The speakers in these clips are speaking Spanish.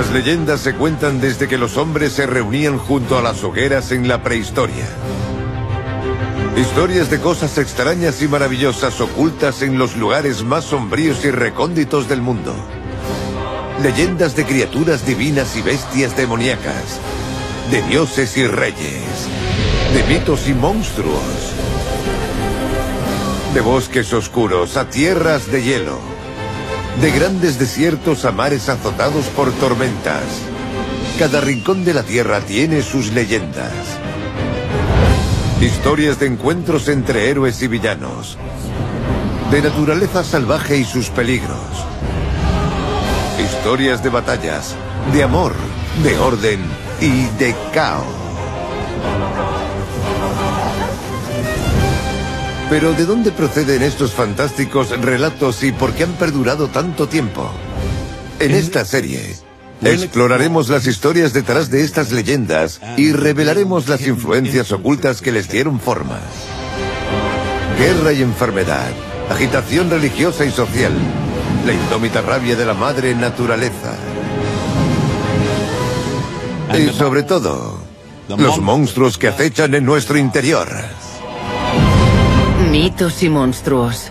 Las leyendas se cuentan desde que los hombres se reunían junto a las hogueras en la prehistoria. Historias de cosas extrañas y maravillosas ocultas en los lugares más sombríos y recónditos del mundo. Leyendas de criaturas divinas y bestias demoníacas, de dioses y reyes, de mitos y monstruos, de bosques oscuros a tierras de hielo, de grandes desiertos a mares azotados por tormentas. Cada rincón de la tierra tiene sus leyendas. Historias de encuentros entre héroes y villanos, de naturaleza salvaje y sus peligros. Historias de batallas, de amor, de orden y de caos. Pero ¿de dónde proceden estos fantásticos relatos y por qué han perdurado tanto tiempo? En esta serie exploraremos las historias detrás de estas leyendas y revelaremos las influencias ocultas que les dieron forma. Guerra y enfermedad, agitación religiosa y social, la indómita rabia de la madre naturaleza. Y sobre todo, los monstruos que acechan en nuestro interior. Mitos y monstruos.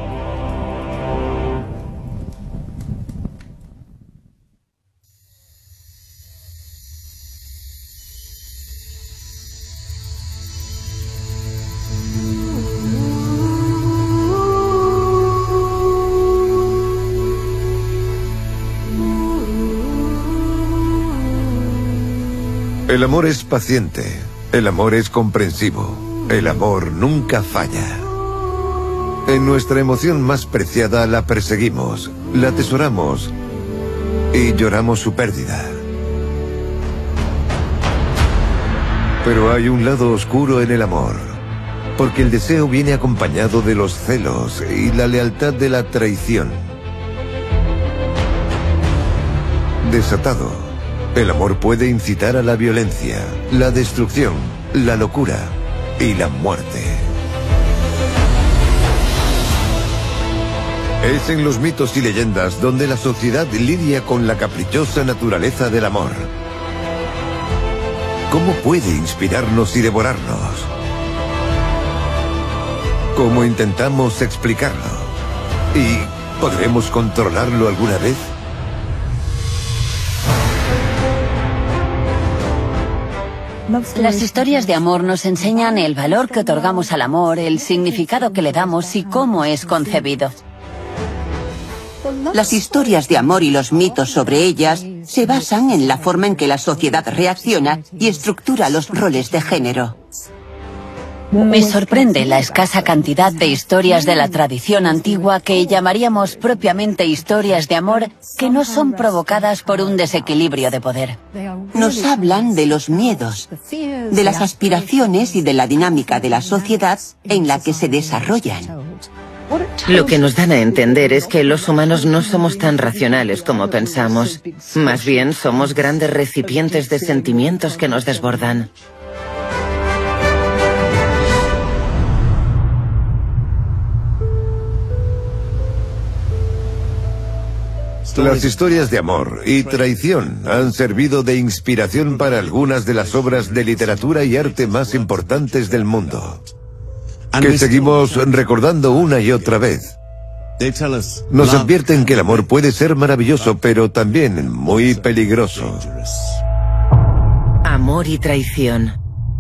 El amor es paciente, el amor es comprensivo, el amor nunca falla. En nuestra emoción más preciada la perseguimos, la atesoramos y lloramos su pérdida. Pero hay un lado oscuro en el amor, porque el deseo viene acompañado de los celos y la lealtad de la traición. Desatado, el amor puede incitar a la violencia, la destrucción, la locura y la muerte. Es en los mitos y leyendas donde la sociedad lidia con la caprichosa naturaleza del amor. ¿Cómo puede inspirarnos y devorarnos? ¿Cómo intentamos explicarlo? ¿Y podremos controlarlo alguna vez? Las historias de amor nos enseñan el valor que otorgamos al amor, el significado que le damos y cómo es concebido. Las historias de amor y los mitos sobre ellas se basan en la forma en que la sociedad reacciona y estructura los roles de género. Me sorprende la escasa cantidad de historias de la tradición antigua que llamaríamos propiamente historias de amor que no son provocadas por un desequilibrio de poder. Nos hablan de los miedos, de las aspiraciones y de la dinámica de la sociedad en la que se desarrollan. Lo que nos dan a entender es que los humanos no somos tan racionales como pensamos. Más bien somos grandes recipientes de sentimientos que nos desbordan. Las historias de amor y traición han servido de inspiración para algunas de las obras de literatura y arte más importantes del mundo, que seguimos recordando una y otra vez. Nos advierten que el amor puede ser maravilloso, pero también muy peligroso. Amor y traición.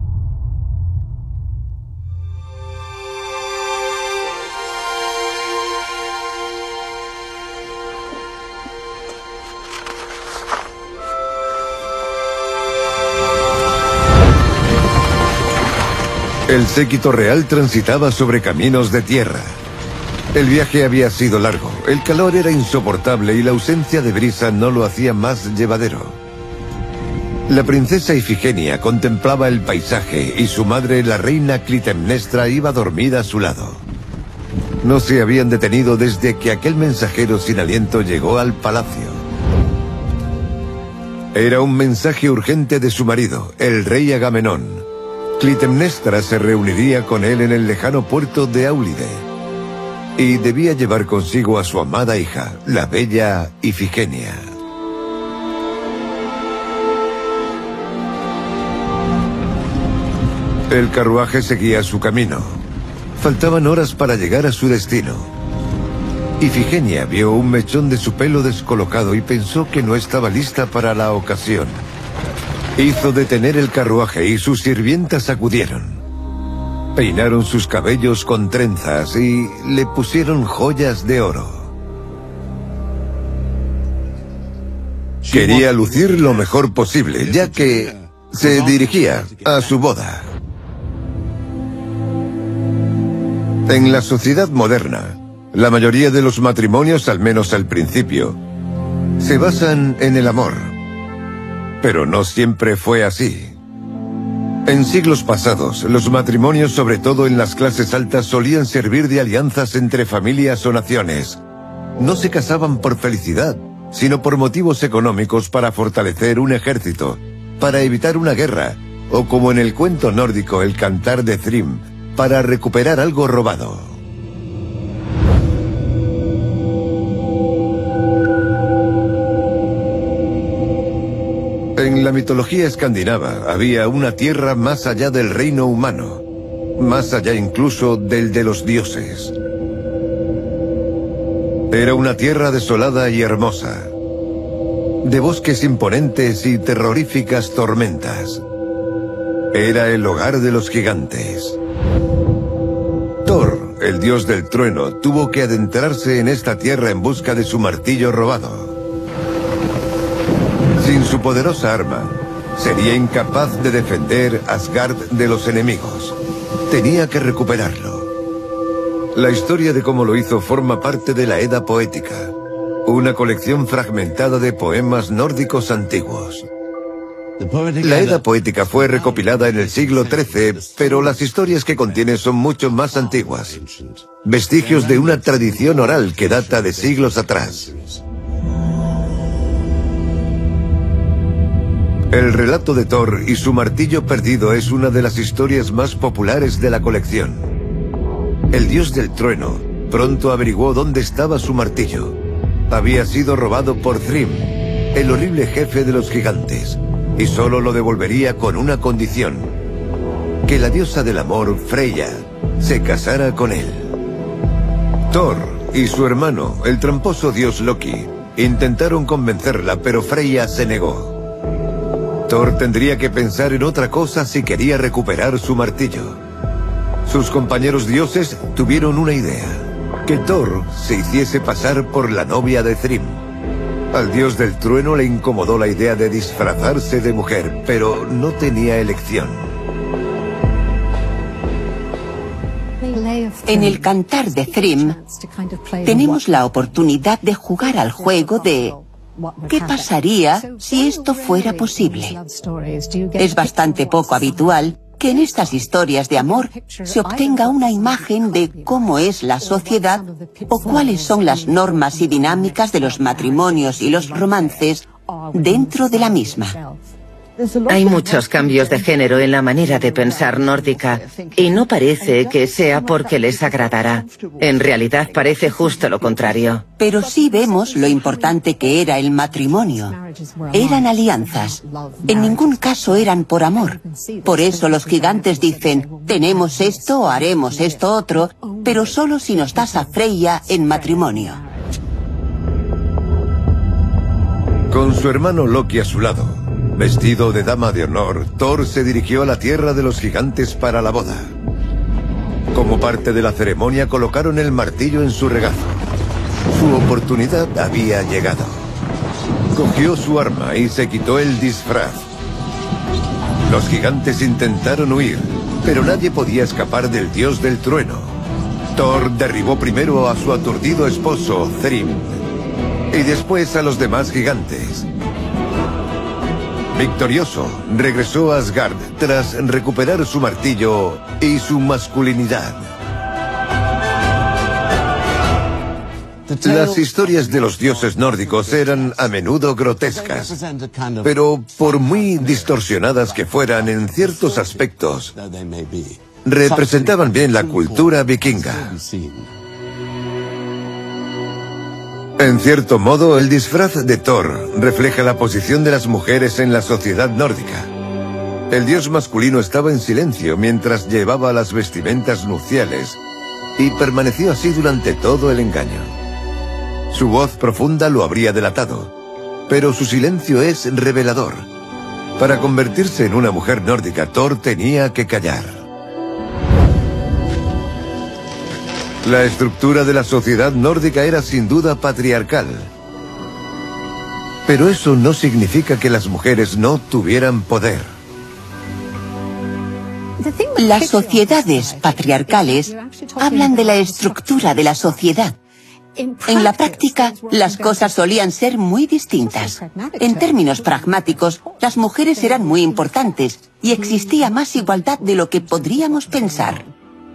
El séquito real transitaba sobre caminos de tierra. El viaje había sido largo, el calor era insoportable y la ausencia de brisa no lo hacía más llevadero. La princesa Ifigenia contemplaba el paisaje y su madre, la reina Clitemnestra, iba dormida a su lado. No se habían detenido desde que aquel mensajero sin aliento llegó al palacio. Era un mensaje urgente de su marido, el rey Agamenón. Clitemnestra se reuniría con él en el lejano puerto de Áulide y debía llevar consigo a su amada hija, la bella Ifigenia. El carruaje seguía su camino. Faltaban horas para llegar a su destino. Ifigenia vio un mechón de su pelo descolocado y pensó que no estaba lista para la ocasión. Hizo detener el carruaje y sus sirvientas acudieron. Peinaron sus cabellos con trenzas y le pusieron joyas de oro. Quería lucir lo mejor posible, ya que se dirigía a su boda. En la sociedad moderna, la mayoría de los matrimonios, al menos al principio, se basan en el amor. Pero no siempre fue así. En siglos pasados, los matrimonios, sobre todo en las clases altas, solían servir de alianzas entre familias o naciones. No se casaban por felicidad, sino por motivos económicos para fortalecer un ejército, para evitar una guerra, o como en el cuento nórdico El Cantar de Thrym, para recuperar algo robado. En la mitología escandinava había una tierra más allá del reino humano, más allá incluso del de los dioses. Era una tierra desolada y hermosa, de bosques imponentes y terroríficas tormentas. Era el hogar de los gigantes. Thor, el dios del trueno, tuvo que adentrarse en esta tierra en busca de su martillo robado. Sin su poderosa arma, sería incapaz de defender Asgard de los enemigos. Tenía que recuperarlo. La historia de cómo lo hizo forma parte de la Edda Poética, una colección fragmentada de poemas nórdicos antiguos. La Edda Poética fue recopilada en el siglo XIII, pero las historias que contiene son mucho más antiguas, vestigios de una tradición oral que data de siglos atrás. El relato de Thor y su martillo perdido es una de las historias más populares de la colección. El dios del trueno pronto averiguó dónde estaba su martillo. Había sido robado por Thrym, el horrible jefe de los gigantes, y solo lo devolvería con una condición: que la diosa del amor, Freya, se casara con él. Thor y su hermano, el tramposo dios Loki, intentaron convencerla, pero Freya se negó. Thor tendría que pensar en otra cosa si quería recuperar su martillo. Sus compañeros dioses tuvieron una idea: que Thor se hiciese pasar por la novia de Thrym. Al dios del trueno le incomodó la idea de disfrazarse de mujer, pero no tenía elección. En el Cantar de Thrym tenemos la oportunidad de jugar al juego de ¿qué pasaría si esto fuera posible? Es bastante poco habitual que en estas historias de amor se obtenga una imagen de cómo es la sociedad o cuáles son las normas y dinámicas de los matrimonios y los romances dentro de la misma. Hay muchos cambios de género en la manera de pensar nórdica, y no parece que sea porque les agradará. En realidad parece justo lo contrario. Pero sí vemos lo importante que era el matrimonio. Eran alianzas. En ningún caso eran por amor. Por eso los gigantes dicen: tenemos esto o haremos esto otro, pero solo si nos das a Freya en matrimonio. Con su hermano Loki a su lado, vestido de dama de honor, Thor se dirigió a la tierra de los gigantes para la boda. Como parte de la ceremonia, colocaron el martillo en su regazo. Su oportunidad había llegado. Cogió su arma y se quitó el disfraz. Los gigantes intentaron huir, pero nadie podía escapar del dios del trueno. Thor derribó primero a su aturdido esposo, Thrym, y después a los demás gigantes. Victorioso, regresó a Asgard tras recuperar su martillo y su masculinidad. Las historias de los dioses nórdicos eran a menudo grotescas, pero por muy distorsionadas que fueran en ciertos aspectos, representaban bien la cultura vikinga. En cierto modo, el disfraz de Thor refleja la posición de las mujeres en la sociedad nórdica. El dios masculino estaba en silencio mientras llevaba las vestimentas nupciales y permaneció así durante todo el engaño. Su voz profunda lo habría delatado, pero su silencio es revelador. Para convertirse en una mujer nórdica, Thor tenía que callar. La estructura de la sociedad nórdica era sin duda patriarcal. Pero eso no significa que las mujeres no tuvieran poder. Las sociedades patriarcales hablan de la estructura de la sociedad. En la práctica, las cosas solían ser muy distintas. En términos pragmáticos, las mujeres eran muy importantes y existía más igualdad de lo que podríamos pensar.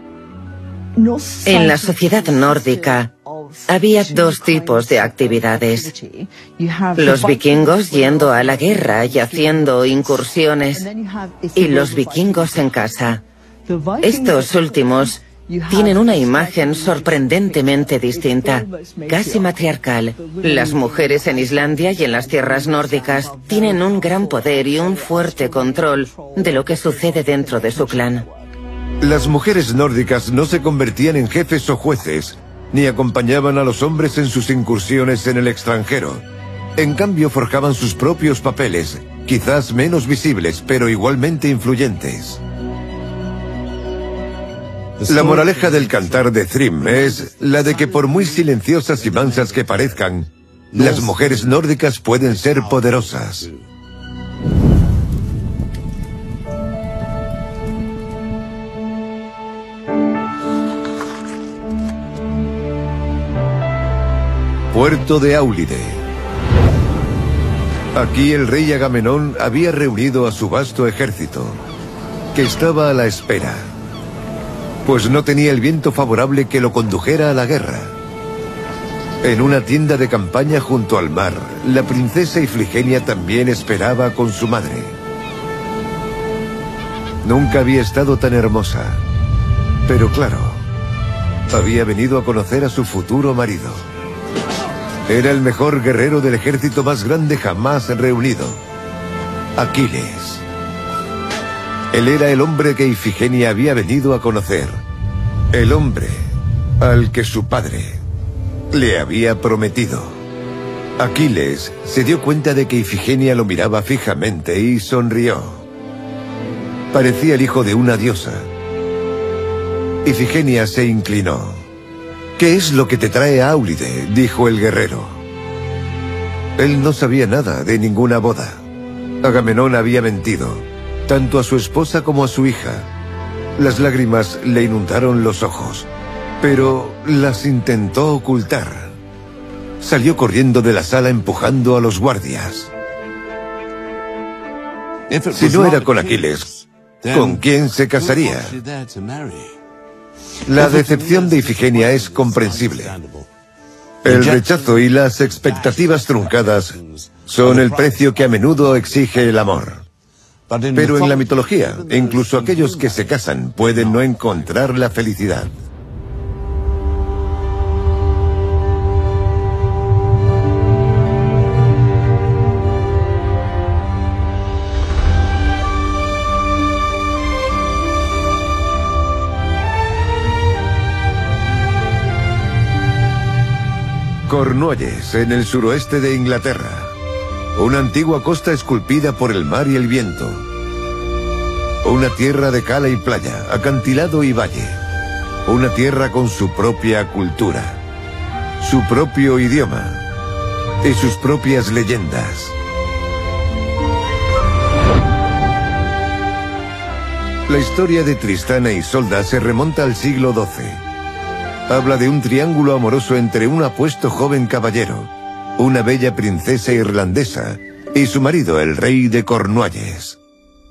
En la sociedad nórdica había dos tipos de actividades. Los vikingos yendo a la guerra y haciendo incursiones, y los vikingos en casa. Estos últimos tienen una imagen sorprendentemente distinta, casi matriarcal. Las mujeres en Islandia y en las tierras nórdicas tienen un gran poder y un fuerte control de lo que sucede dentro de su clan. Las mujeres nórdicas no se convertían en jefes o jueces, ni acompañaban a los hombres en sus incursiones en el extranjero. En cambio, forjaban sus propios papeles, quizás menos visibles, pero igualmente influyentes. La moraleja del cantar de Thrym es la de que por muy silenciosas y mansas que parezcan, las mujeres nórdicas pueden ser poderosas. Puerto de Áulide. Aquí el rey Agamenón había reunido a su vasto ejército, que estaba a la espera, pues no tenía el viento favorable que lo condujera a la guerra. En una tienda de campaña junto al mar, la princesa Ifigenia también esperaba con su madre. Nunca había estado tan hermosa, pero claro, había venido a conocer a su futuro marido. Era el mejor guerrero del ejército más grande jamás reunido, Aquiles. Él era el hombre que Ifigenia había venido a conocer, el hombre al que su padre le había prometido. Aquiles se dio cuenta de que Ifigenia lo miraba fijamente y sonrió. Parecía el hijo de una diosa. Ifigenia se inclinó. «¿Qué es lo que te trae a Áulide?», dijo el guerrero. Él no sabía nada de ninguna boda. Agamenón había mentido, tanto a su esposa como a su hija. Las lágrimas le inundaron los ojos, pero las intentó ocultar. Salió corriendo de la sala empujando a los guardias. Si no era con Aquiles, ¿con quién se casaría? La decepción de Ifigenia es comprensible. El rechazo y las expectativas truncadas son el precio que a menudo exige el amor. Pero en la mitología, incluso aquellos que se casan pueden no encontrar la felicidad. Cornualles, en el suroeste de Inglaterra. Una antigua costa esculpida por el mar y el viento. Una tierra de cala y playa, acantilado y valle. Una tierra con su propia cultura, su propio idioma y sus propias leyendas. La historia de Tristán e Isolda se remonta al siglo XII. Habla de un triángulo amoroso entre un apuesto joven caballero, una bella princesa irlandesa y su marido, el rey de Cornualles.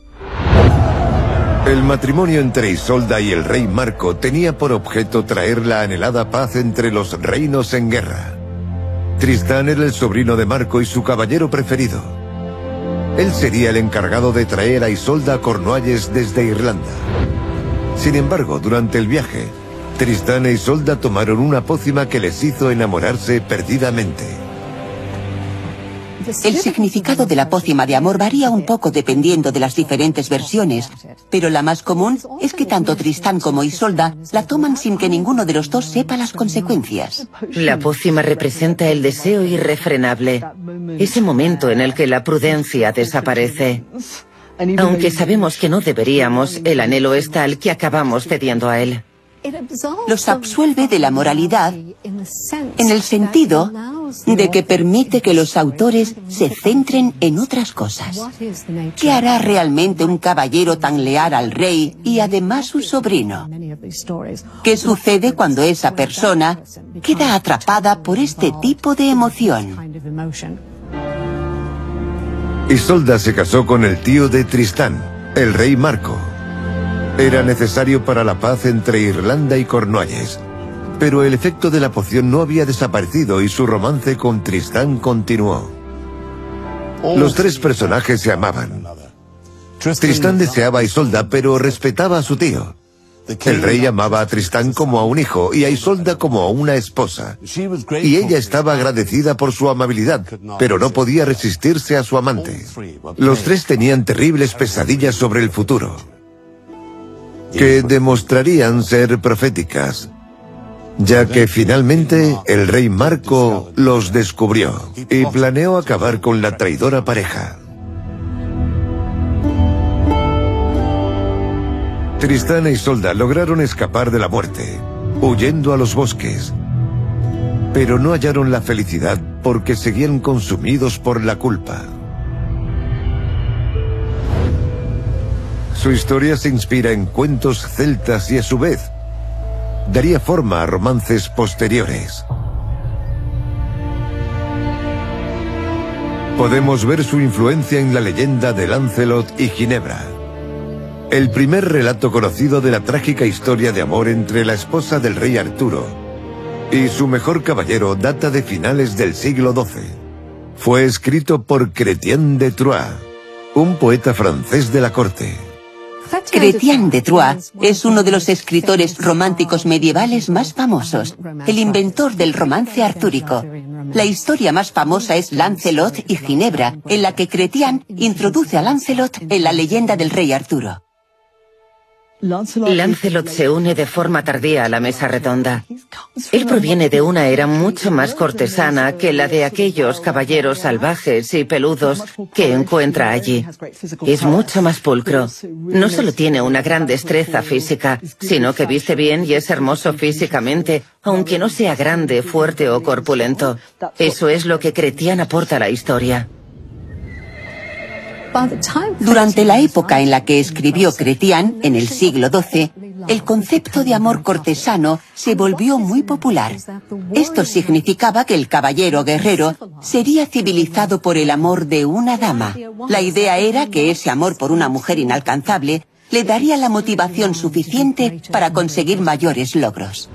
El matrimonio entre Isolda y el rey Marco tenía por objeto traer la anhelada paz entre los reinos en guerra. Tristán era el sobrino de Marco y su caballero preferido. Él sería el encargado de traer a Isolda a Cornualles desde Irlanda. Sin embargo, durante el viaje, Tristán e Isolda tomaron una pócima que les hizo enamorarse perdidamente. El significado de la pócima de amor varía un poco dependiendo de las diferentes versiones, pero la más común es que tanto Tristán como Isolda la toman sin que ninguno de los dos sepa las consecuencias. La pócima representa el deseo irrefrenable, ese momento en el que la prudencia desaparece. Aunque sabemos que no deberíamos, el anhelo es tal que acabamos cediendo a él. Los absuelve de la moralidad en el sentido de que permite que los autores se centren en otras cosas. ¿Qué hará realmente un caballero tan leal al rey y además su sobrino? ¿Qué sucede cuando esa persona queda atrapada por este tipo de emoción? Isolda se casó con el tío de Tristán, el rey Marco. Era necesario para la paz entre Irlanda y Cornualles, pero el efecto de la poción no había desaparecido y su romance con Tristán continuó. Los tres personajes se amaban. Tristán deseaba a Isolda, pero respetaba a su tío. El rey amaba a Tristán como a un hijo y a Isolda como a una esposa. Y ella estaba agradecida por su amabilidad, pero no podía resistirse a su amante. Los tres tenían terribles pesadillas sobre el futuro, que demostrarían ser proféticas, ya que finalmente el rey Marco los descubrió y planeó acabar con la traidora pareja. Tristán e Isolda lograron escapar de la muerte, huyendo a los bosques, pero no hallaron la felicidad porque seguían consumidos por la culpa. Su historia se inspira en cuentos celtas y a su vez daría forma a romances posteriores. Podemos ver su influencia en la leyenda de Lancelot y Ginebra, el primer relato conocido de la trágica historia de amor entre la esposa del rey Arturo y su mejor caballero data de finales del siglo XII. Fue escrito por Chrétien de Troyes, un poeta francés de la corte. Chrétien de Troyes es uno de los escritores románticos medievales más famosos, el inventor del romance artúrico. La historia más famosa es Lancelot y Ginebra, en la que Chrétien introduce a Lancelot en la leyenda del rey Arturo. Lancelot se une de forma tardía a la mesa redonda. Él proviene de una era mucho más cortesana que la de aquellos caballeros salvajes y peludos que encuentra allí. Es mucho más pulcro. No solo tiene una gran destreza física, sino que viste bien y es hermoso físicamente, aunque no sea grande, fuerte o corpulento. Eso es lo que Chrétien aporta a la historia. Durante la época en la que escribió Chrétien, en el siglo XII, el concepto de amor cortesano se volvió muy popular. Esto significaba que el caballero guerrero sería civilizado por el amor de una dama. La idea era que ese amor por una mujer inalcanzable le daría la motivación suficiente para conseguir mayores logros.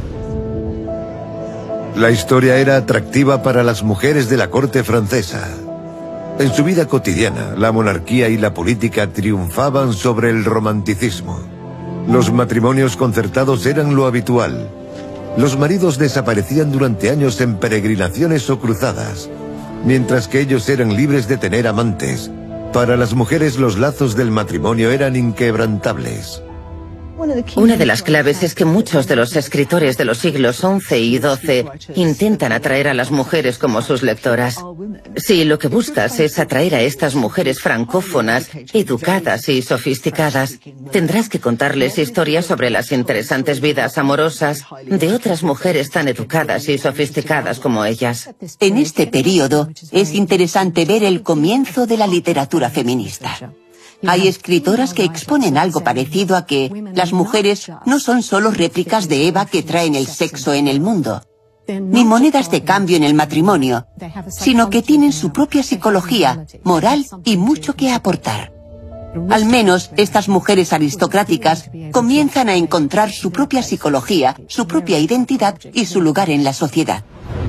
La historia era atractiva para las mujeres de la corte francesa. En su vida cotidiana, la monarquía y la política triunfaban sobre el romanticismo. Los matrimonios concertados eran lo habitual. Los maridos desaparecían durante años en peregrinaciones o cruzadas, mientras que ellos eran libres de tener amantes. Para las mujeres los lazos del matrimonio eran inquebrantables. Una de las claves es que muchos de los escritores de los siglos XI y XII intentan atraer a las mujeres como sus lectoras. Si lo que buscas es atraer a estas mujeres francófonas, educadas y sofisticadas, tendrás que contarles historias sobre las interesantes vidas amorosas de otras mujeres tan educadas y sofisticadas como ellas. En este período es interesante ver el comienzo de la literatura feminista. Hay escritoras que exponen algo parecido a que las mujeres no son solo réplicas de Eva que traen el sexo en el mundo, ni monedas de cambio en el matrimonio, sino que tienen su propia psicología, moral y mucho que aportar. Al menos estas mujeres aristocráticas comienzan a encontrar su propia psicología, su propia identidad y su lugar en la sociedad.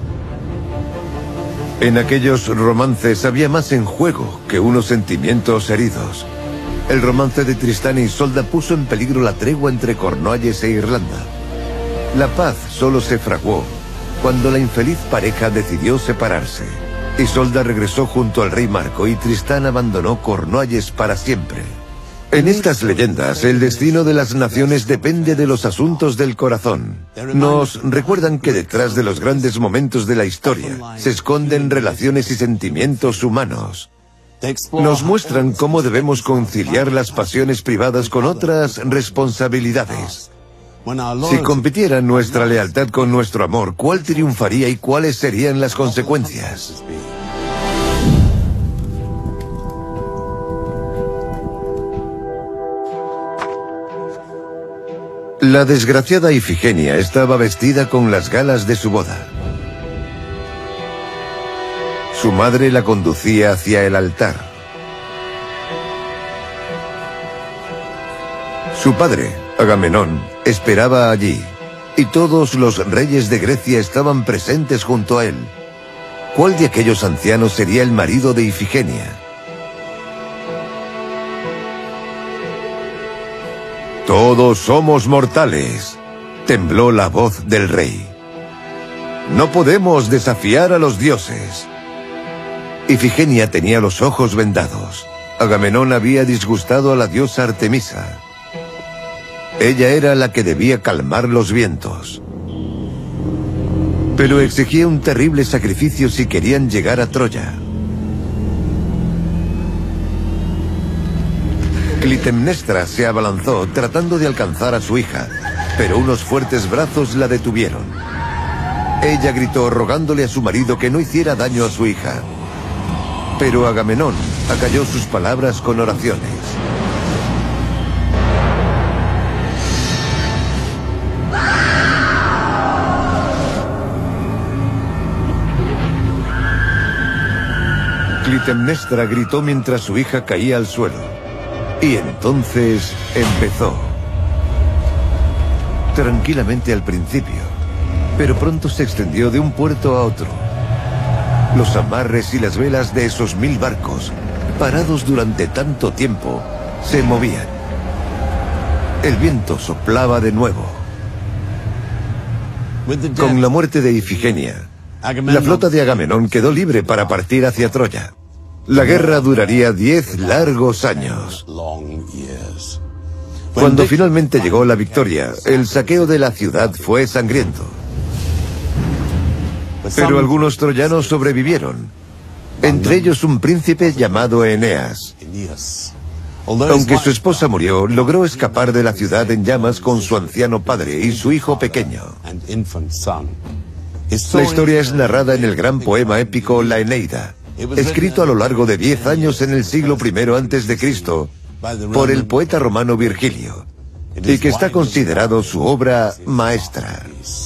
En aquellos romances había más en juego que unos sentimientos heridos. El romance de Tristán e Isolda puso en peligro la tregua entre Cornualles e Irlanda. La paz solo se fraguó cuando la infeliz pareja decidió separarse. Isolda regresó junto al rey Marco y Tristán abandonó Cornualles para siempre. En estas leyendas, el destino de las naciones depende de los asuntos del corazón. Nos recuerdan que detrás de los grandes momentos de la historia se esconden relaciones y sentimientos humanos. Nos muestran cómo debemos conciliar las pasiones privadas con otras responsabilidades. Si compitieran nuestra lealtad con nuestro amor, ¿cuál triunfaría y cuáles serían las consecuencias? La desgraciada Ifigenia estaba vestida con las galas de su boda. Su madre la conducía hacia el altar. Su padre, Agamenón, esperaba allí, y todos los reyes de Grecia estaban presentes junto a él. ¿Cuál de aquellos ancianos sería el marido de Ifigenia? «Todos somos mortales», tembló la voz del rey. «No podemos desafiar a los dioses». Ifigenia tenía los ojos vendados. Agamenón había disgustado a la diosa Artemisa. Ella era la que debía calmar los vientos. Pero exigía un terrible sacrificio si querían llegar a Troya. Clitemnestra se abalanzó tratando de alcanzar a su hija, pero unos fuertes brazos la detuvieron. Ella gritó rogándole a su marido que no hiciera daño a su hija. Pero Agamenón acalló sus palabras con oraciones. Clitemnestra gritó mientras su hija caía al suelo. Y entonces empezó. Tranquilamente al principio, pero pronto se extendió de un puerto a otro. Los amarres y las velas de esos 1000 barcos, parados durante tanto tiempo, se movían. El viento soplaba de nuevo. Con la muerte de Ifigenia, la flota de Agamenón quedó libre para partir hacia Troya. La guerra duraría 10 largos años. Cuando finalmente llegó la victoria, el saqueo de la ciudad fue sangriento. Pero algunos troyanos sobrevivieron, entre ellos un príncipe llamado Eneas. Aunque su esposa murió, logró escapar de la ciudad en llamas con su anciano padre y su hijo pequeño. La historia es narrada en el gran poema épico La Eneida, escrito a lo largo de 10 años en el siglo I a.C. por el poeta romano Virgilio, y que está considerado su obra maestra.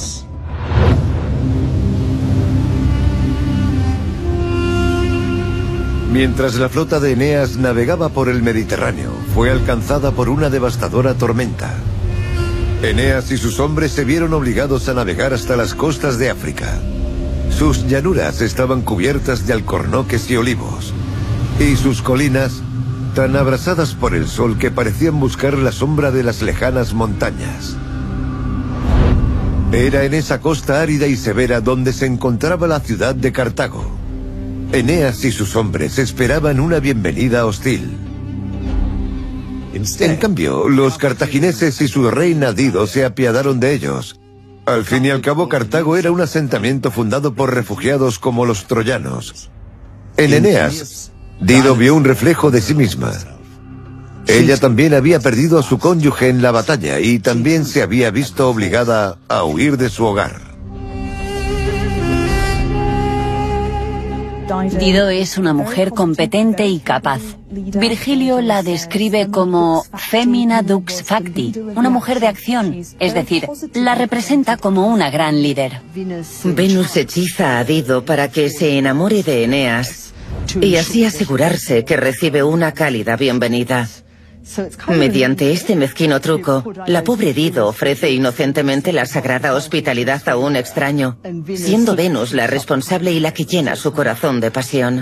Mientras la flota de Eneas navegaba por el Mediterráneo, fue alcanzada por una devastadora tormenta. Eneas y sus hombres se vieron obligados a navegar hasta las costas de África. Sus llanuras estaban cubiertas de alcornoques y olivos, y sus colinas tan abrasadas por el sol que parecían buscar la sombra de las lejanas montañas. Era en esa costa árida y severa donde se encontraba la ciudad de Cartago. Eneas y sus hombres esperaban una bienvenida hostil. En cambio, los cartagineses y su reina Dido se apiadaron de ellos. Al fin y al cabo, Cartago era un asentamiento fundado por refugiados como los troyanos. En Eneas, Dido vio un reflejo de sí misma. Ella también había perdido a su cónyuge en la batalla y también se había visto obligada a huir de su hogar. Dido es una mujer competente y capaz. Virgilio la describe como femina dux facti, una mujer de acción, es decir, la representa como una gran líder. Venus hechiza a Dido para que se enamore de Eneas y así asegurarse que recibe una cálida bienvenida. Mediante este mezquino truco, la pobre Dido ofrece inocentemente la sagrada hospitalidad a un extraño, siendo Venus la responsable y la que llena su corazón de pasión.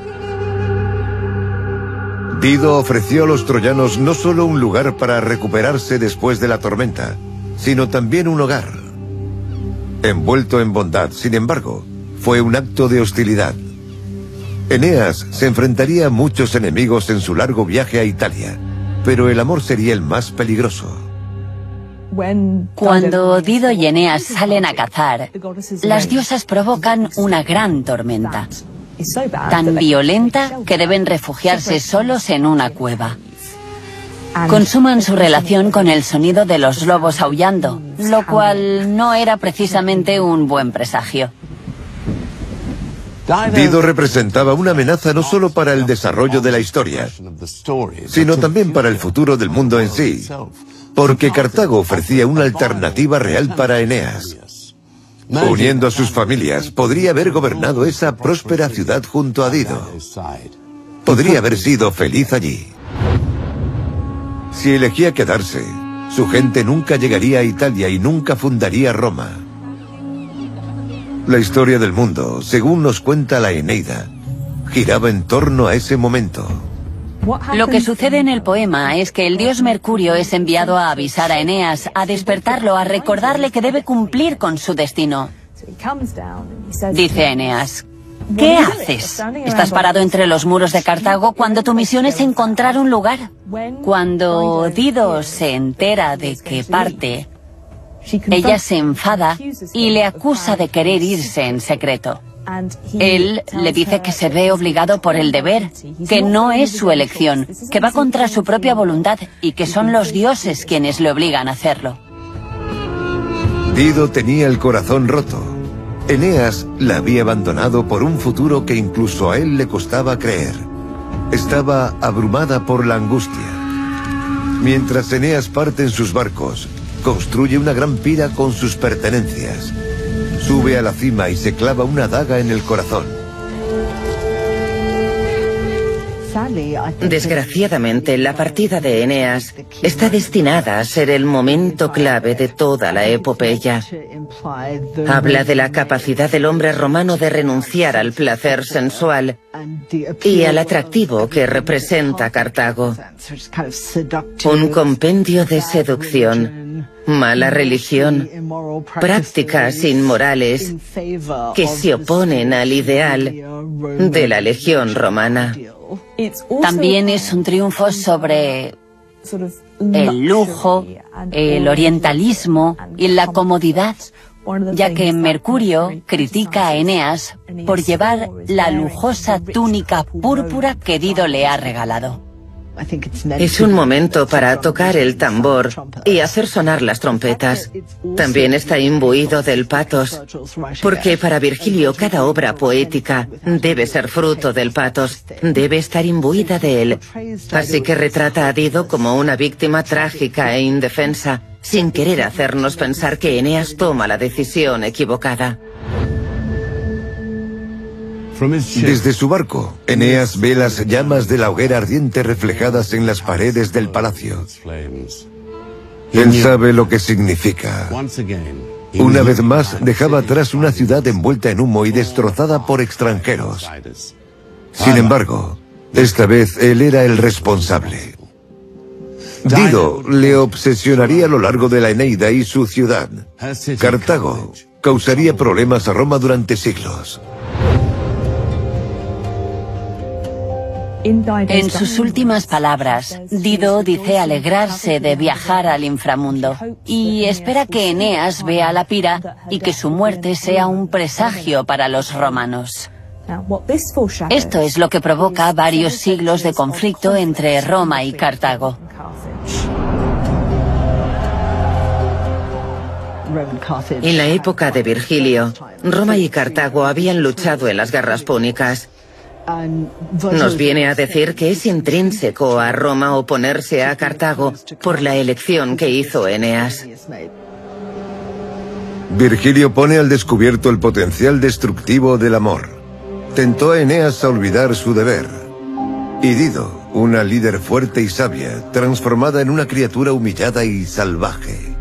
Dido ofreció a los troyanos no solo un lugar para recuperarse después de la tormenta, sino también un hogar. Envuelto en bondad, sin embargo, fue un acto de hostilidad. Eneas se enfrentaría a muchos enemigos en su largo viaje a Italia, pero el amor sería el más peligroso. Cuando Dido y Eneas salen a cazar, las diosas provocan una gran tormenta, tan violenta que deben refugiarse solos en una cueva. Consuman su relación con el sonido de los lobos aullando, lo cual no era precisamente un buen presagio. Dido representaba una amenaza no solo para el desarrollo de la historia, sino también para el futuro del mundo en sí, porque Cartago ofrecía una alternativa real para Eneas. Uniendo a sus familias, podría haber gobernado esa próspera ciudad junto a Dido. Podría haber sido feliz allí. Si elegía quedarse, su gente nunca llegaría a Italia y nunca fundaría Roma. La historia del mundo, según nos cuenta la Eneida, giraba en torno a ese momento. Lo que sucede en el poema es que el dios Mercurio es enviado a avisar a Eneas, a despertarlo, a recordarle que debe cumplir con su destino. Dice a Eneas: ¿qué haces? Estás parado entre los muros de Cartago cuando tu misión es encontrar un lugar. Cuando Dido se entera de que parte, ella se enfada y le acusa de querer irse en secreto. Él le dice que se ve obligado por el deber, que no es su elección, que va contra su propia voluntad y que son los dioses quienes le obligan a hacerlo. Dido tenía el corazón roto. Eneas la había abandonado por un futuro que incluso a él le costaba creer. Estaba abrumada por la angustia. Mientras Eneas parte en sus barcos, construye una gran pira con sus pertenencias. Sube a la cima y se clava una daga en el corazón. Desgraciadamente, la partida de Eneas está destinada a ser el momento clave de toda la epopeya. Habla de la capacidad del hombre romano de renunciar al placer sensual y al atractivo que representa Cartago. Un compendio de seducción, mala religión, prácticas inmorales que se oponen al ideal de la legión romana. También es un triunfo sobre el lujo, el orientalismo y la comodidad, ya que Mercurio critica a Eneas por llevar la lujosa túnica púrpura que Dido le ha regalado. Es un momento para tocar el tambor y hacer sonar las trompetas. También está imbuido del patos, porque para Virgilio cada obra poética debe ser fruto del patos, debe estar imbuida de él. Así que retrata a Dido como una víctima trágica e indefensa, sin querer hacernos pensar que Eneas toma la decisión equivocada. Desde su barco, Eneas ve las llamas de la hoguera ardiente reflejadas en las paredes del palacio. Él sabe lo que significa. Una vez más, dejaba atrás una ciudad envuelta en humo y destrozada por extranjeros. Sin embargo, esta vez él era el responsable. Dido le obsesionaría a lo largo de la Eneida y su ciudad. Cartago causaría problemas a Roma durante siglos. En sus últimas palabras, Dido dice alegrarse de viajar al inframundo y espera que Eneas vea la pira y que su muerte sea un presagio para los romanos. Esto es lo que provoca varios siglos de conflicto entre Roma y Cartago. En la época de Virgilio, Roma y Cartago habían luchado en las guerras púnicas. Nos viene a decir que es intrínseco a Roma oponerse a Cartago por la elección que hizo Eneas. Virgilio pone al descubierto el potencial destructivo del amor. Tentó a Eneas a olvidar su deber. Y Dido, una líder fuerte y sabia, transformada en una criatura humillada y salvaje.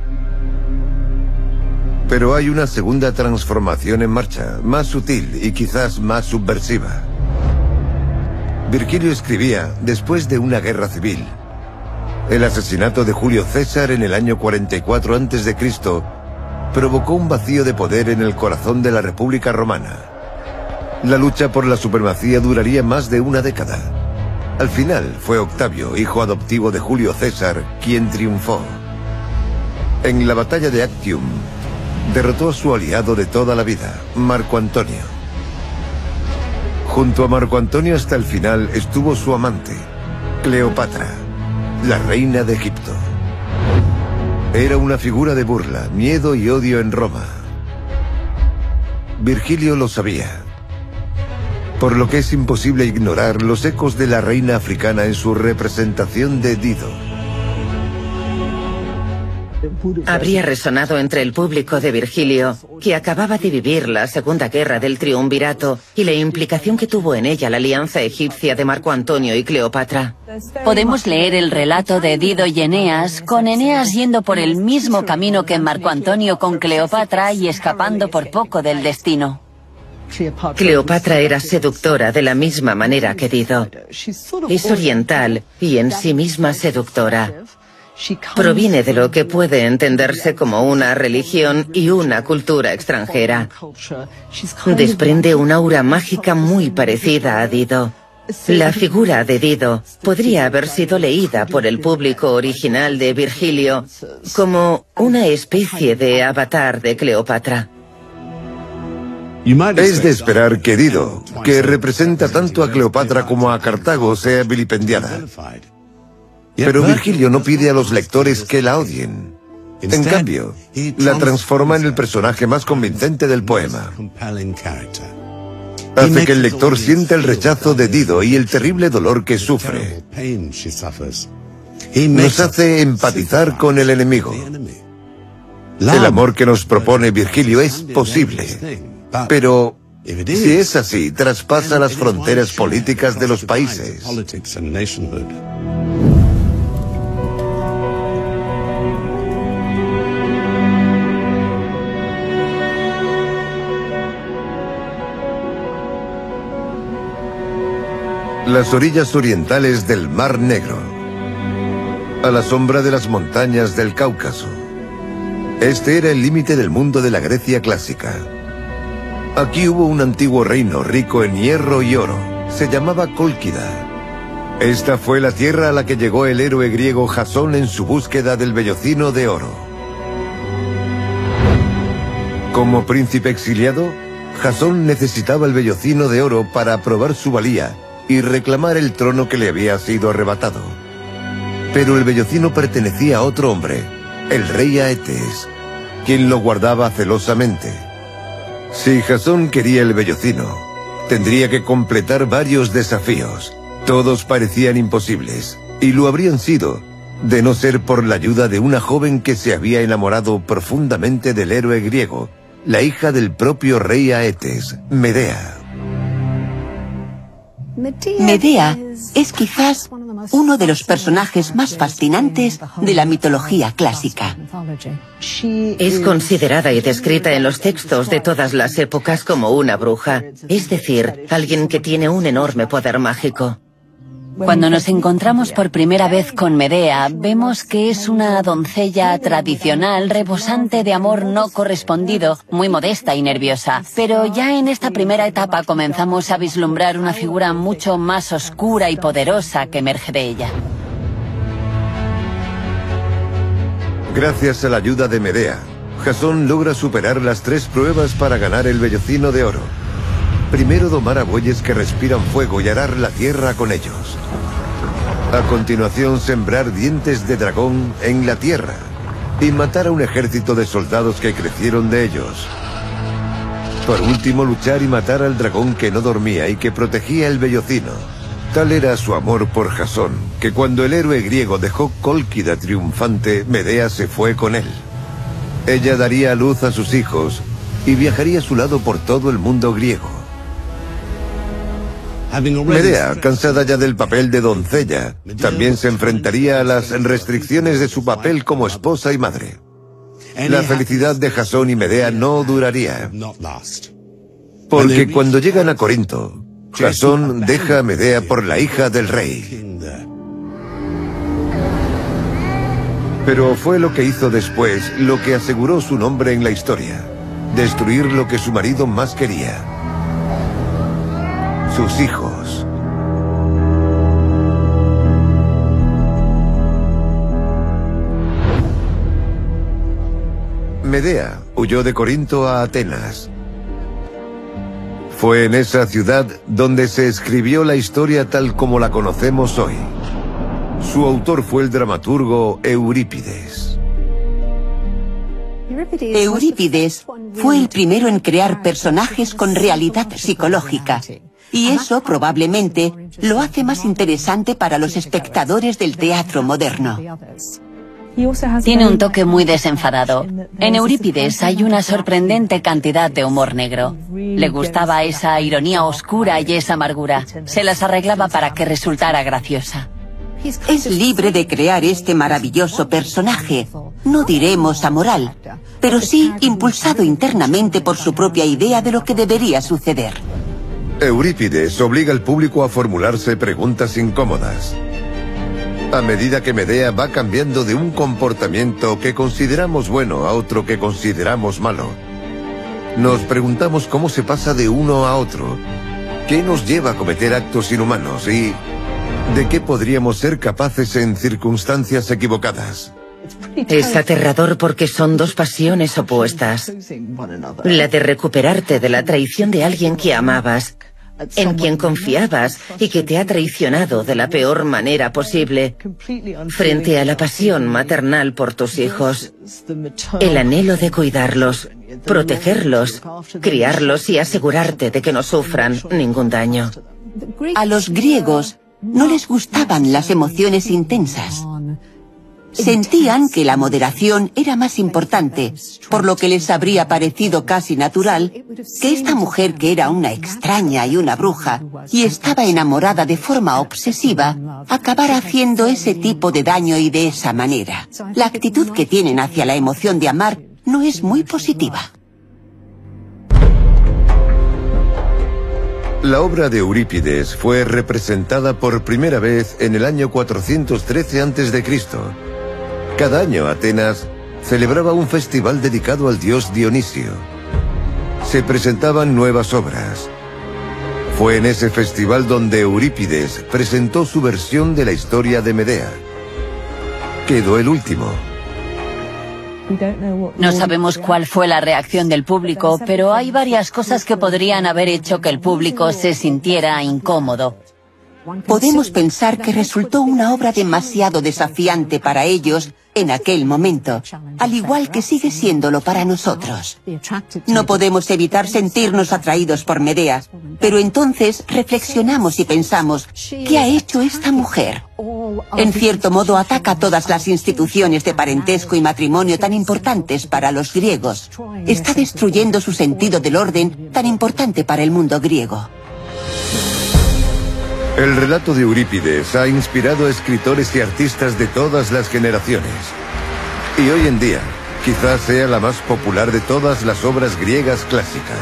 Pero hay una segunda transformación en marcha, más sutil y quizás más subversiva. Virgilio escribía después de una guerra civil. El asesinato de Julio César en el año 44 a.C. provocó un vacío de poder en el corazón de la República Romana. La lucha por la supremacía duraría más de una década. Al final fue Octavio, hijo adoptivo de Julio César, quien triunfó. En la batalla de Actium, derrotó a su aliado de toda la vida, Marco Antonio. Junto a Marco Antonio hasta el final estuvo su amante, Cleopatra, la reina de Egipto. Era una figura de burla, miedo y odio en Roma. Virgilio lo sabía, por lo que es imposible ignorar los ecos de la reina africana en su representación de Dido. Habría resonado entre el público de Virgilio, que acababa de vivir la Segunda Guerra del Triunvirato, y la implicación que tuvo en ella la alianza egipcia de Marco Antonio y Cleopatra. Podemos leer el relato de Dido y Eneas, con Eneas yendo por el mismo camino que Marco Antonio con Cleopatra y escapando por poco del destino. Cleopatra era seductora de la misma manera que Dido. Es oriental y en sí misma seductora. Proviene de lo que puede entenderse como una religión y una cultura extranjera. Desprende una aura mágica muy parecida a Dido. La figura de Dido podría haber sido leída por el público original de Virgilio como una especie de avatar de Cleopatra. Es de esperar que Dido, que representa tanto a Cleopatra como a Cartago, sea vilipendiada. Pero Virgilio no pide a los lectores que la odien. En cambio, la transforma en el personaje más convincente del poema. Hace que el lector sienta el rechazo de Dido y el terrible dolor que sufre. Nos hace empatizar con el enemigo. El amor que nos propone Virgilio es posible. Pero, si es así, traspasa las fronteras políticas de los países. Las orillas orientales del Mar Negro, a la sombra de las montañas del Cáucaso. Este era el límite del mundo de la Grecia clásica. Aquí hubo un antiguo reino rico en hierro y oro. Se llamaba Cólquida. Esta fue la tierra a la que llegó el héroe griego Jasón en su búsqueda del vellocino de oro. Como príncipe exiliado, Jasón necesitaba el vellocino de oro para probar su valía y reclamar el trono que le había sido arrebatado. Pero el vellocino pertenecía a otro hombre, el rey Aetes, quien lo guardaba celosamente. Si Jasón quería el vellocino, tendría que completar varios desafíos. Todos parecían imposibles, y lo habrían sido, de no ser por la ayuda de una joven que se había enamorado profundamente del héroe griego, la hija del propio rey Aetes, Medea. Medea es quizás uno de los personajes más fascinantes de la mitología clásica. Es considerada y descrita en los textos de todas las épocas como una bruja, es decir, alguien que tiene un enorme poder mágico. Cuando nos encontramos por primera vez con Medea, vemos que es una doncella tradicional, rebosante de amor no correspondido, muy modesta y nerviosa. Pero ya en esta primera etapa comenzamos a vislumbrar una figura mucho más oscura y poderosa que emerge de ella. Gracias a la ayuda de Medea, Jasón logra superar las 3 pruebas para ganar el vellocino de oro. Primero domar a bueyes que respiran fuego y arar la tierra con ellos. A continuación sembrar dientes de dragón en la tierra y matar a un ejército de soldados que crecieron de ellos. Por último, luchar y matar al dragón que no dormía y que protegía el vellocino. Tal era su amor por Jasón, que cuando el héroe griego dejó Cólquida triunfante, Medea se fue con él. Ella daría a luz a sus hijos y viajaría a su lado por todo el mundo griego. Medea, cansada ya del papel de doncella, también se enfrentaría a las restricciones de su papel como esposa y madre. La felicidad de Jasón y Medea no duraría, porque cuando llegan a Corinto, Jasón deja a Medea por la hija del rey. Pero fue lo que hizo después lo que aseguró su nombre en la historia: destruir lo que su marido más quería. sus hijos. Medea huyó de Corinto a Atenas. Fue en esa ciudad donde se escribió la historia tal como la conocemos hoy. Su autor fue el dramaturgo Eurípides. Eurípides fue el primero en crear personajes con realidad psicológica, y eso probablemente lo hace más interesante para los espectadores del teatro moderno. Tiene un toque muy desenfadado. En Eurípides hay una sorprendente cantidad de humor negro. Le gustaba esa ironía oscura y esa amargura. Se las arreglaba para que resultara graciosa. Es libre de crear este maravilloso personaje, no diremos amoral, pero sí impulsado internamente por su propia idea de lo que debería suceder. Eurípides obliga al público a formularse preguntas incómodas. A medida que Medea va cambiando de un comportamiento que consideramos bueno a otro que consideramos malo, nos preguntamos cómo se pasa de uno a otro, qué nos lleva a cometer actos inhumanos y de qué podríamos ser capaces en circunstancias equivocadas. Es aterrador porque son dos pasiones opuestas. La de recuperarte de la traición de alguien que amabas, en quien confiabas y que te ha traicionado de la peor manera posible, frente a la pasión maternal por tus hijos, el anhelo de cuidarlos, protegerlos, criarlos y asegurarte de que no sufran ningún daño. A los griegos no les gustaban las emociones intensas. Sentían que la moderación era más importante, por lo que les habría parecido casi natural que esta mujer, que era una extraña y una bruja, y estaba enamorada de forma obsesiva, acabara haciendo ese tipo de daño y de esa manera. La actitud que tienen hacia la emoción de amar no es muy positiva. La obra de Eurípides fue representada por primera vez en el año 413 a.C. Cada año Atenas celebraba un festival dedicado al dios Dionisio. Se presentaban nuevas obras. Fue en ese festival donde Eurípides presentó su versión de la historia de Medea. Quedó el último. No sabemos cuál fue la reacción del público, pero hay varias cosas que podrían haber hecho que el público se sintiera incómodo. Podemos pensar que resultó una obra demasiado desafiante para ellos en aquel momento, al igual que sigue siéndolo para nosotros. No podemos evitar sentirnos atraídos por Medea, pero entonces reflexionamos y pensamos, ¿qué ha hecho esta mujer? En cierto modo ataca todas las instituciones de parentesco y matrimonio tan importantes para los griegos. Está destruyendo su sentido del orden tan importante para el mundo griego. El relato de Eurípides ha inspirado a escritores y artistas de todas las generaciones. Y hoy en día, quizás sea la más popular de todas las obras griegas clásicas.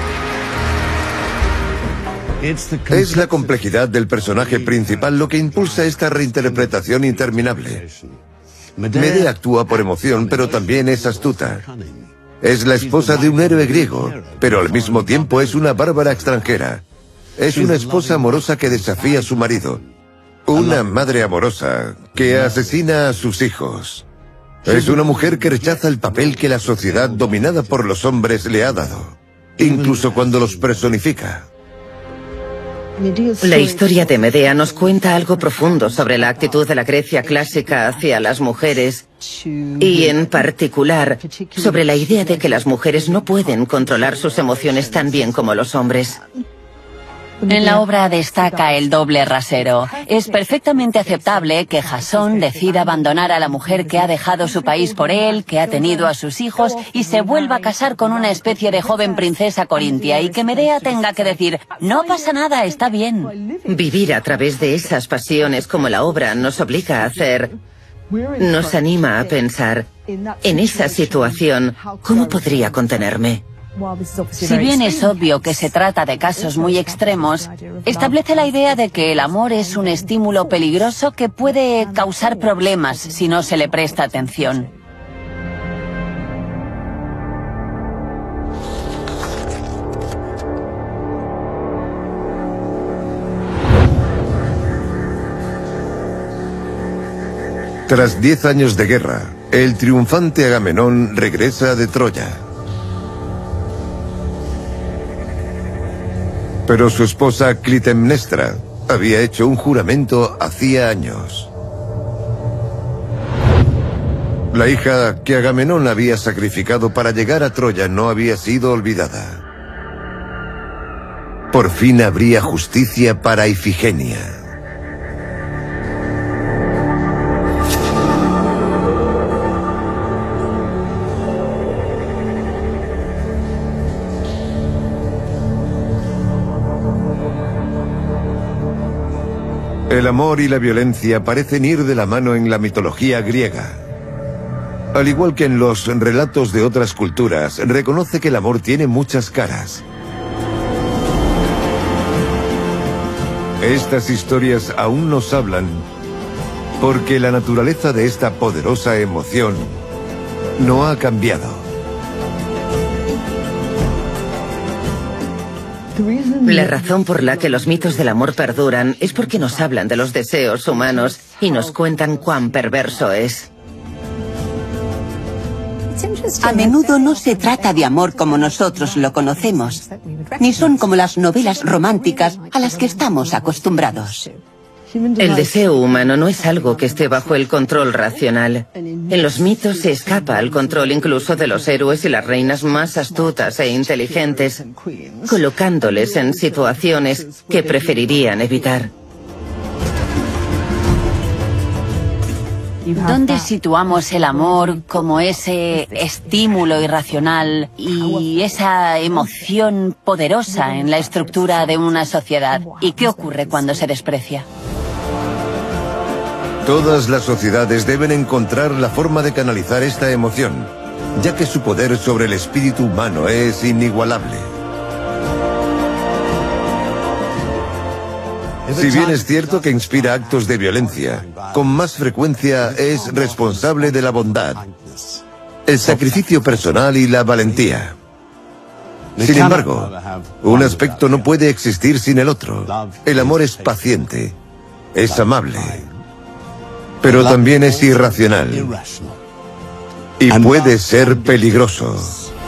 Es la complejidad del personaje principal lo que impulsa esta reinterpretación interminable. Medea actúa por emoción, pero también es astuta. Es la esposa de un héroe griego, pero al mismo tiempo es una bárbara extranjera. Es una esposa amorosa que desafía a su marido. Una madre amorosa que asesina a sus hijos. Es una mujer que rechaza el papel que la sociedad dominada por los hombres le ha dado, incluso cuando los personifica. La historia de Medea nos cuenta algo profundo sobre la actitud de la Grecia clásica hacia las mujeres y, en particular, sobre la idea de que las mujeres no pueden controlar sus emociones tan bien como los hombres. En la obra destaca el doble rasero. Es perfectamente aceptable que Jasón decida abandonar a la mujer que ha dejado su país por él, que ha tenido a sus hijos y se vuelva a casar con una especie de joven princesa corintia, y que Medea tenga que decir, no pasa nada, está bien. Vivir a través de esas pasiones como la obra nos obliga a hacer, nos anima a pensar, en esa situación, ¿cómo podría contenerme? Si bien es obvio que se trata de casos muy extremos, establece la idea de que el amor es un estímulo peligroso que puede causar problemas si no se le presta atención. Tras 10 años de guerra, el triunfante Agamenón regresa de Troya. Pero su esposa Clitemnestra había hecho un juramento hacía años. La hija que Agamenón había sacrificado para llegar a Troya no había sido olvidada. Por fin habría justicia para Ifigenia. El amor y la violencia parecen ir de la mano en la mitología griega. Al igual que en los relatos de otras culturas, reconoce que el amor tiene muchas caras. Estas historias aún nos hablan porque la naturaleza de esta poderosa emoción no ha cambiado. La razón por la que los mitos del amor perduran es porque nos hablan de los deseos humanos y nos cuentan cuán perverso es. A menudo no se trata de amor como nosotros lo conocemos, ni son como las novelas románticas a las que estamos acostumbrados. El deseo humano no es algo que esté bajo el control racional. En los mitos se escapa al control incluso de los héroes y las reinas más astutas e inteligentes, colocándoles en situaciones que preferirían evitar. ¿Dónde situamos el amor como ese estímulo irracional y esa emoción poderosa en la estructura de una sociedad? ¿Y qué ocurre cuando se desprecia? Todas las sociedades deben encontrar la forma de canalizar esta emoción, ya que su poder sobre el espíritu humano es inigualable. Si bien es cierto que inspira actos de violencia, con más frecuencia es responsable de la bondad, el sacrificio personal y la valentía. Sin embargo, un aspecto no puede existir sin el otro. El amor es paciente, es amable, pero también es irracional y puede ser peligroso.